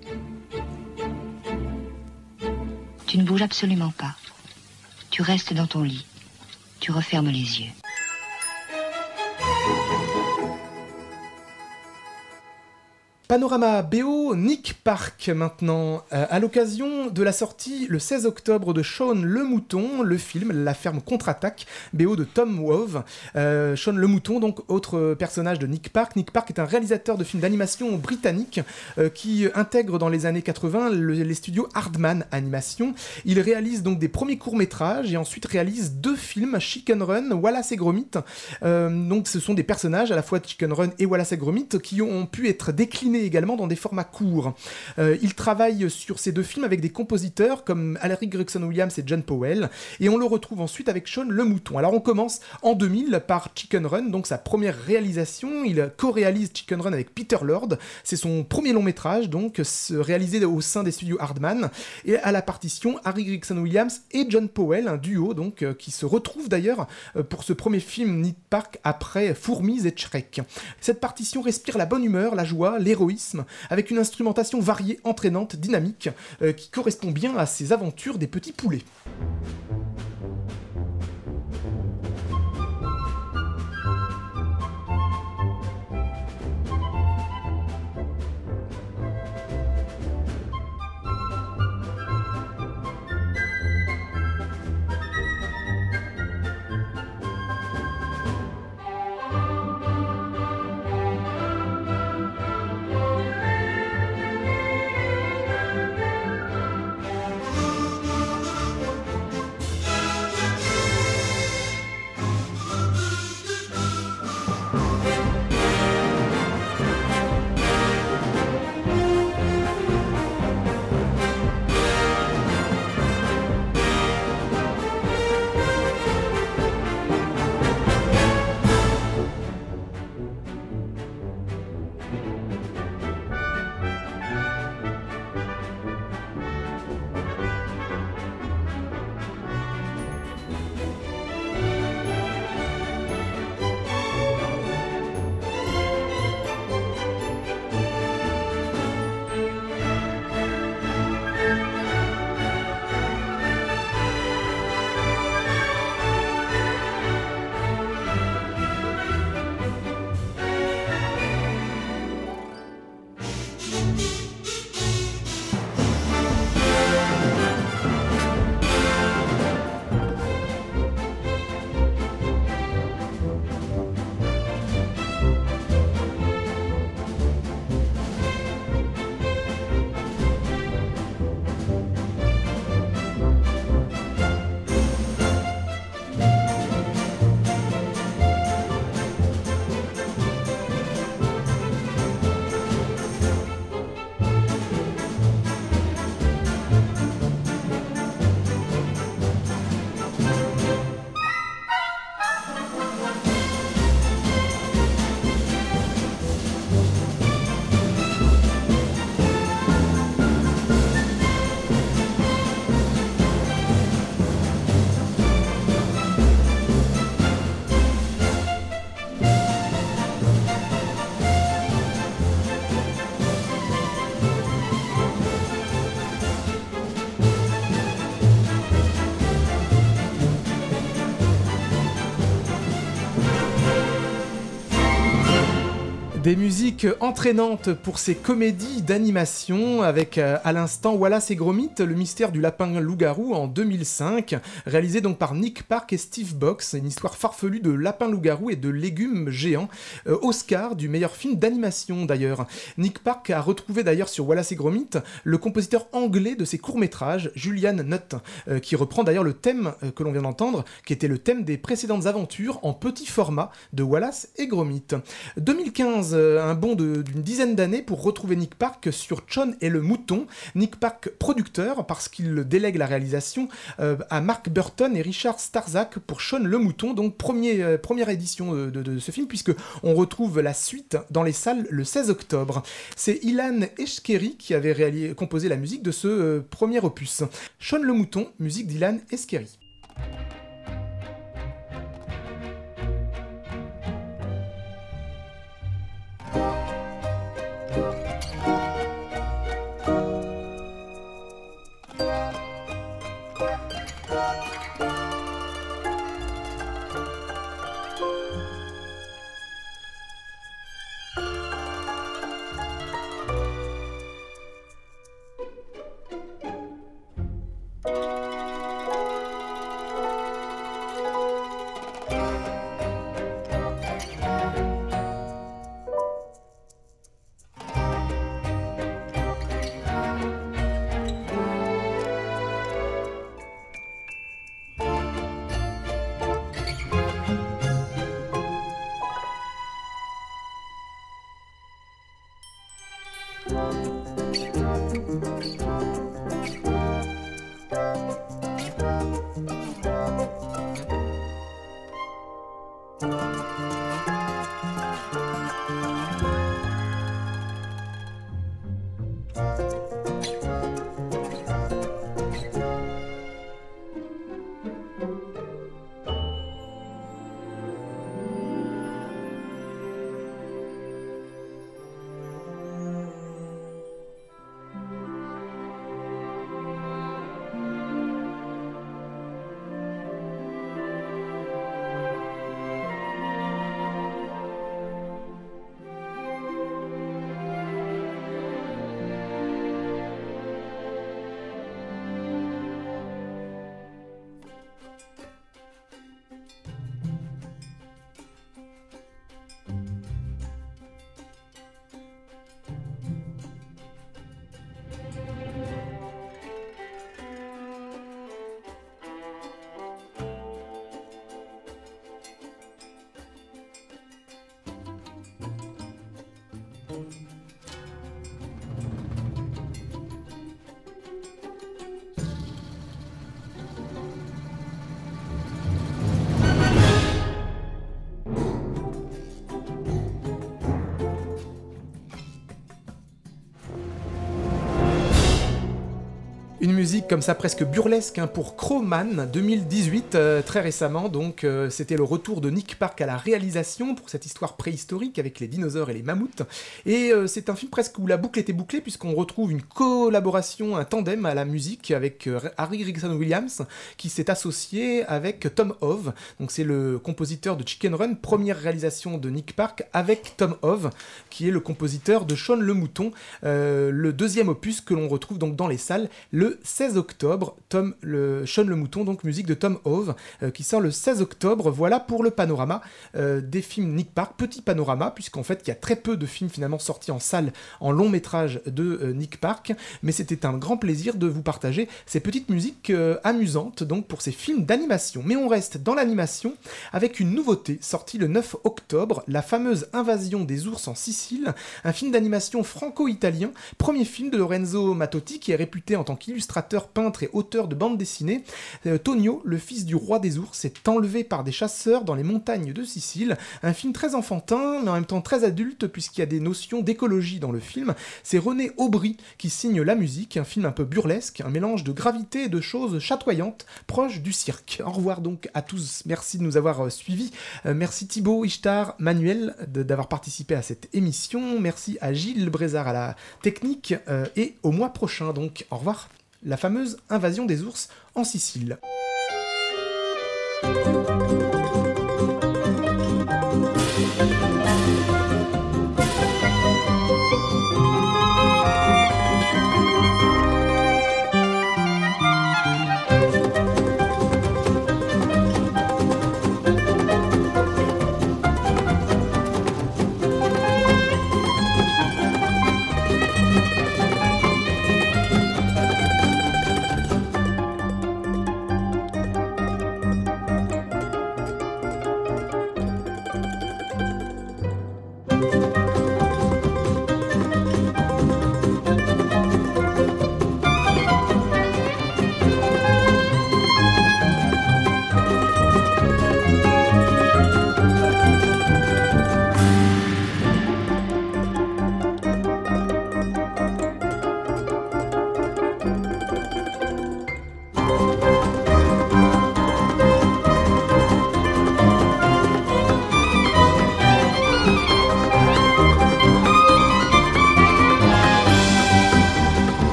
Tu ne bouges absolument pas. Tu restes dans ton lit. Tu refermes les yeux. Panorama BO, Nick Park maintenant, à l'occasion de la sortie le 16 octobre de Shaun le Mouton, le film La Ferme Contre-Attaque, BO de Tom Wove. Shaun le Mouton, donc autre personnage de Nick Park. Nick Park est un réalisateur de films d'animation britannique qui intègre dans les années 80 les studios Hardman Animation. Il réalise donc des premiers courts-métrages et ensuite réalise 2 films, Chicken Run, Wallace et Gromit. Donc ce sont des personnages, à la fois Chicken Run et Wallace et Gromit, qui ont pu être déclinés tourné également dans des formats courts. Il travaille sur ces deux films avec des compositeurs comme Alaric Gregson-Williams et John Powell, et on le retrouve ensuite avec Shaun le Mouton. Alors on commence en 2000 par Chicken Run, donc sa première réalisation. Il co-réalise Chicken Run avec Peter Lord. C'est son premier long métrage, donc réalisé au sein des studios Hardman, et à la partition Harry Gregson-Williams et John Powell, un duo donc qui se retrouve d'ailleurs pour ce premier film Nick Park après Fourmis et Shrek. Cette partition respire la bonne humeur, la joie, l'héroïsme, avec une instrumentation variée, entraînante, dynamique, qui correspond bien à ces aventures des petits poulets. Des musiques entraînantes pour ces comédies d'animation avec à l'instant Wallace et Gromit, le mystère du lapin loup-garou en 2005, réalisé donc par Nick Park et Steve Box, une histoire farfelue de lapin loup-garou et de légumes géants, Oscar du meilleur film d'animation d'ailleurs. Nick Park a retrouvé d'ailleurs sur Wallace et Gromit le compositeur anglais de ses courts-métrages, Julian Nutt, qui reprend d'ailleurs le thème que l'on vient d'entendre, qui était le thème des précédentes aventures en petit format de Wallace et Gromit. 2015, un bond d'une dizaine d'années pour retrouver Nick Park sur Shaun et le Mouton. Nick Park producteur parce qu'il délègue la réalisation à Mark Burton et Richard Starzak pour Shaun le Mouton, donc première édition de ce film puisque on retrouve la suite dans les salles le 16 octobre. C'est Ilan Eshkeri qui avait composé la musique de ce premier opus. Shaun le Mouton, musique d'Ilan Eshkeri. Une musique comme ça presque burlesque pour Crowman 2018, très récemment donc c'était le retour de Nick Park à la réalisation pour cette histoire préhistorique avec les dinosaures et les mammouths, et c'est un film presque où la boucle était bouclée puisqu'on retrouve une collaboration, un tandem à la musique avec Harry Gregson Williams qui s'est associé avec Tom Hove, donc c'est le compositeur de Chicken Run, première réalisation de Nick Park avec Tom Hove qui est le compositeur de Shaun le Mouton, le deuxième opus que l'on retrouve donc dans les salles le 16 octobre, Shaun le Mouton, donc musique de Tom Hove, qui sort le 16 octobre. Voilà pour le panorama des films Nick Park, petit panorama, puisqu'en fait il y a très peu de films finalement sortis en salle en long métrage de Nick Park, mais c'était un grand plaisir de vous partager ces petites musiques amusantes donc pour ces films d'animation. Mais on reste dans l'animation avec une nouveauté sortie le 9 octobre, la fameuse Invasion des ours en Sicile, un film d'animation franco-italien, premier film de Lorenzo Mattotti qui est réputé en tant qu'illustrateur, peintre et auteur de bande dessinée. Tonio, le fils du roi des ours, est enlevé par des chasseurs dans les montagnes de Sicile. Un film très enfantin, mais en même temps très adulte, puisqu'il y a des notions d'écologie dans le film. C'est René Aubry qui signe la musique, un film un peu burlesque, un mélange de gravité et de choses chatoyantes, proches du cirque. Au revoir donc à tous, merci de nous avoir suivis. Merci Thibaut, Ishtar, Manuel d'avoir participé à cette émission. Merci à Gilles Brézard à la technique, et au mois prochain donc. Au revoir. La fameuse Invasion des ours en Sicile.